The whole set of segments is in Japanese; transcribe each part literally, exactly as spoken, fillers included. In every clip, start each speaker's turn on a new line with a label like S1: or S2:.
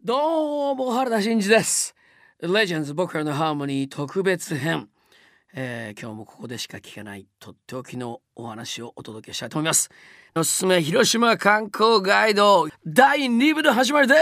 S1: どうも原田真二です。レジェンズ僕らのハーモニー特別編、えー、今日もここでしか聞けないとっておきのお話をお届けしたいと思います。おすすめ広島観光ガイドだいに部の始まりです。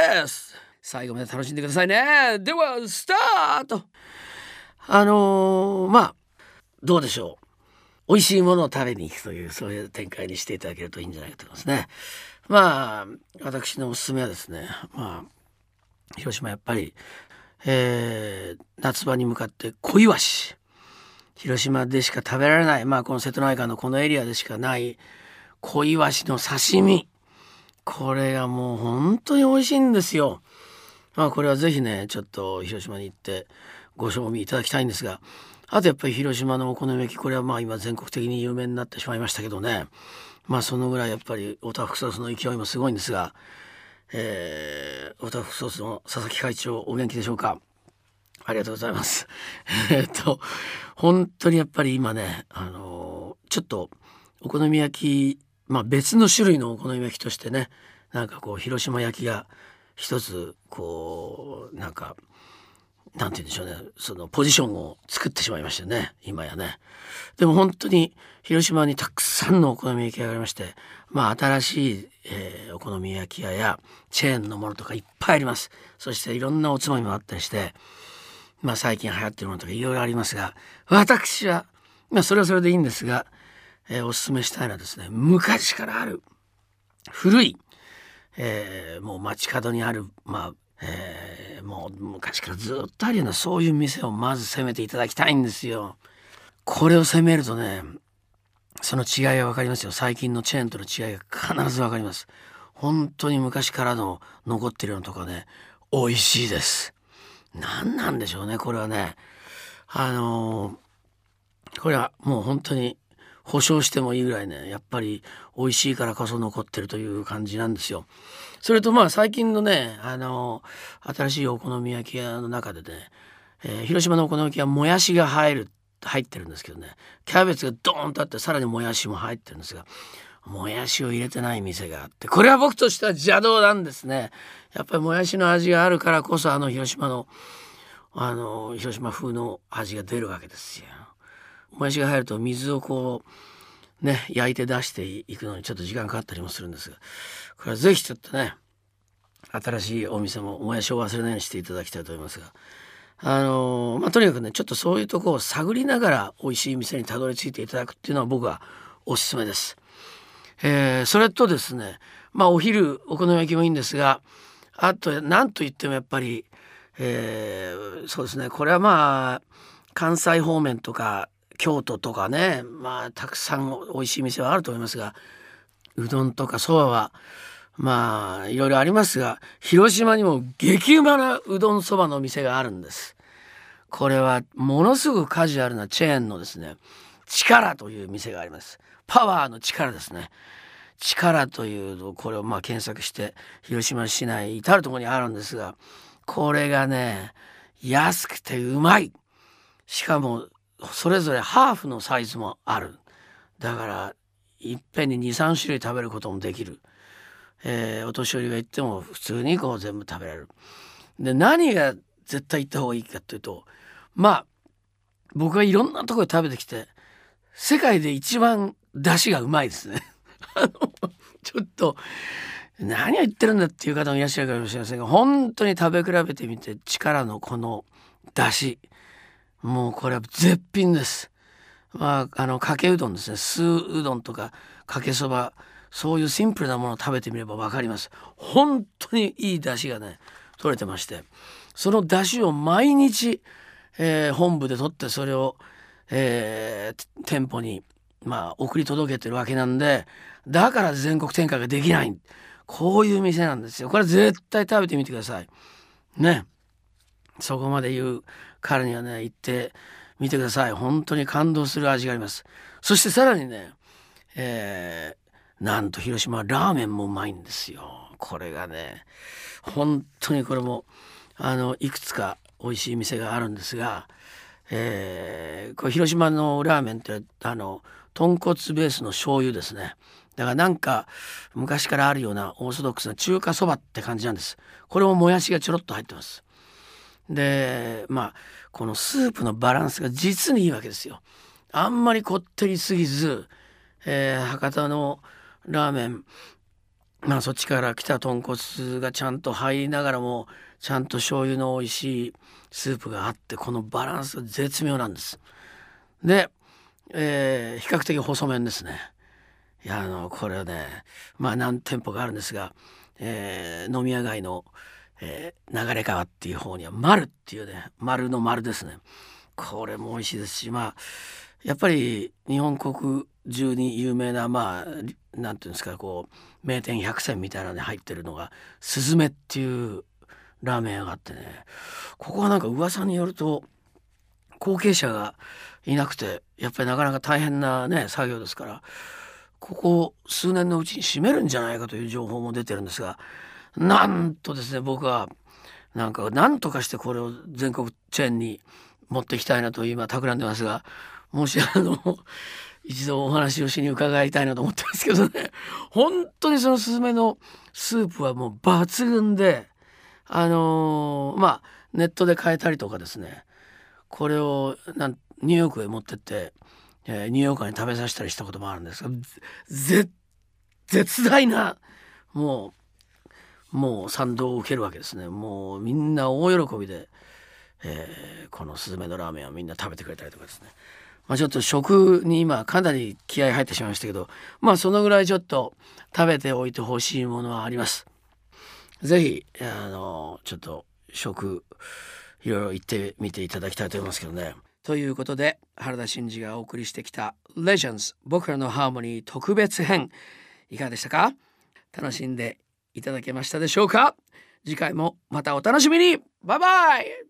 S1: 最後まで楽しんでくださいね。ではスタート。あのー、まあどうでしょう、美味しいものを食べに行くというそういう展開にしていただけるといいんじゃないかと思いますね。まあ私のおすすめはですね、まあ広島やっぱり、えー、夏場に向かって小イワシ、広島でしか食べられない、まあこの瀬戸内海のこのエリアでしかない小イワシの刺身、これがもう本当に美味しいんですよ。まあこれはぜひねちょっと広島に行ってご賞味いただきたいんですが、あとやっぱり広島のお好み焼き、これはまあ今全国的に有名になってしまいましたけどね、まあそのぐらいやっぱりオタフクソースの勢いもすごいんですが、えー、オタフクソースの佐々木会長お元気でしょうか。ありがとうございます。えっと本当にやっぱり今ね、あのー、ちょっとお好み焼き、まあ別の種類のお好み焼きとしてね、なんかこう広島焼きが一つこうなんかなんて言うんでしょうね、そのポジションを作ってしまいましたね今やね。でも本当に広島にたくさんのお好み焼き屋がありまして、まあ新しい、えーお好み焼き屋やチェーンのものとかいっぱいあります。そしていろんなおつまみもあったりして、まあ最近流行ってるものとかいろいろありますが、私はまあそれはそれでいいんですが、えーおすすめしたいのはですね、昔からある古い、えーもう街角にある、まあえーもう昔からずっとあるようなそういう店をまず攻めていただきたいんですよ。これを攻めるとね、その違いが分かりますよ。最近のチェーンとの違いが必ず分かります。本当に昔からの残ってるのとかね、美味しいです。何なんでしょうねこれはね。あのー、これはもう本当に保証してもいいぐらいね、やっぱり美味しいからこそ残ってるという感じなんですよ。それとまあ最近のね、あのー、新しいお好み焼き屋の中でね、えー広島のお好み焼きはもやしが入る入ってるんですけどね、キャベツがドーンとあってさらにもやしも入ってるんですが、もやしを入れてない店があって、これは僕としては邪道なんですね。やっぱりもやしの味があるからこそ、あの広島のあの広島風の味が出るわけですよ。もやしが入ると水をこうね焼いて出していくのにちょっと時間かかったりもするんですが、これはぜひちょっとね新しいお店ももやしを忘れないようにしていただきたいと思いますが、あのーまあ、とにかくねちょっとそういうところを探りながら美味しい店にたどり着いていただくっていうのは僕はおすすめです。えーそれとですね、まあお昼お好み焼きもいいんですが、あと何と言ってもやっぱり、えーそうですね、これはまあ関西方面とか京都とかね、まあたくさん美味しい店はあると思いますが、うどんとかそばはまあいろいろありますが、広島にも激うまなうどんそばの店があるんです。これはものすごくカジュアルなチェーンのですね、力という店があります。パワーの力ですね。力というのこれをまあ検索して広島市内至るところにあるんですが、これがね安くてうまい。しかもそれぞれハーフのサイズもある。だからいっぺんににさん種類食べることもできる。えーお年寄りが行っても普通にこう全部食べられる。で何が絶対行った方がいいかというと、まあ僕はいろんなところで食べてきて世界で一番出汁がうまいですね。あのちょっと何を言ってるんだっていう方もいらっしゃるかもしれませんが、本当に食べ比べてみて力のこの出汁、もうこれは絶品です。まああのかけうどんですね、酢うどんとかかけそば、そういうシンプルなものを食べてみれば分かります。本当にいい出汁がね取れてまして、その出汁を毎日、えー本部で取ってそれを、えー店舗にまあ送り届けてるわけなんで、だから全国展開ができない、こういう店なんですよ。これ絶対食べてみてくださいね。そこまで言う彼にはね行ってみてください。本当に感動する味があります。そしてさらにね、えーなんと広島はラーメンもうまいんですよ。これがね本当にこれもあのいくつか美味しい店があるんですが、えーこれ広島のラーメンってあの豚骨ベースの醤油ですね。 だからなんか昔からあるようなオーソドックスな中華そばって感じなんです。これももやしがちょろっと入ってます。でまあこのスープのバランスが実にいいわけですよ。あんまりこってりすぎず、えー博多のラーメン、まあそっちから来た豚骨がちゃんと入りながらもちゃんと醤油の美味しいスープがあって、このバランスが絶妙なんです。で、えー比較的細麺ですね。いやあのこれはね、まあ何店舗かあるんですが、えー飲み屋街の、えー流川っていう方には丸っていうね、丸の丸ですね。これも美味しいですし、まあやっぱり日本国中に有名な、まあなんていうんですか、こう名店百選みたいなのに入ってるのがすずめっていうラーメン屋があってね、ここはなんか噂によると後継者がいなくて、やっぱりなかなか大変なね作業ですから、ここ数年のうちに閉めるんじゃないかという情報も出てるんですが、なんとですね、僕はなんか何とかしてこれを全国チェーンに持っていきたいなと今企んでますが、もしあの一度お話をしに伺いたいなと思ってますけどね、本当にそのスズメのスープはもう抜群で、あのーまあネットで買えたりとかですね、これをなんニューヨークへ持ってって、えーニューヨーカーに食べさせたりしたこともあるんですが、ぜ絶大なもうもう賛同を受けるわけですね。もうみんな大喜びで、えーこのスズメのラーメンはみんな食べてくれたりとかですね、まあ、ちょっと食に今かなり気合入ってしまいましたけど、まあそのぐらいちょっと食べておいてほしいものはあります。ぜひあのちょっと食いろいろ言ってみていただきたいと思いますけどね。ということで原田真二がお送りしてきた Legends 僕らのハーモニー特別編、いかがでしたか？楽しんでいただけましたでしょうか？次回もまたお楽しみに。バイバイ。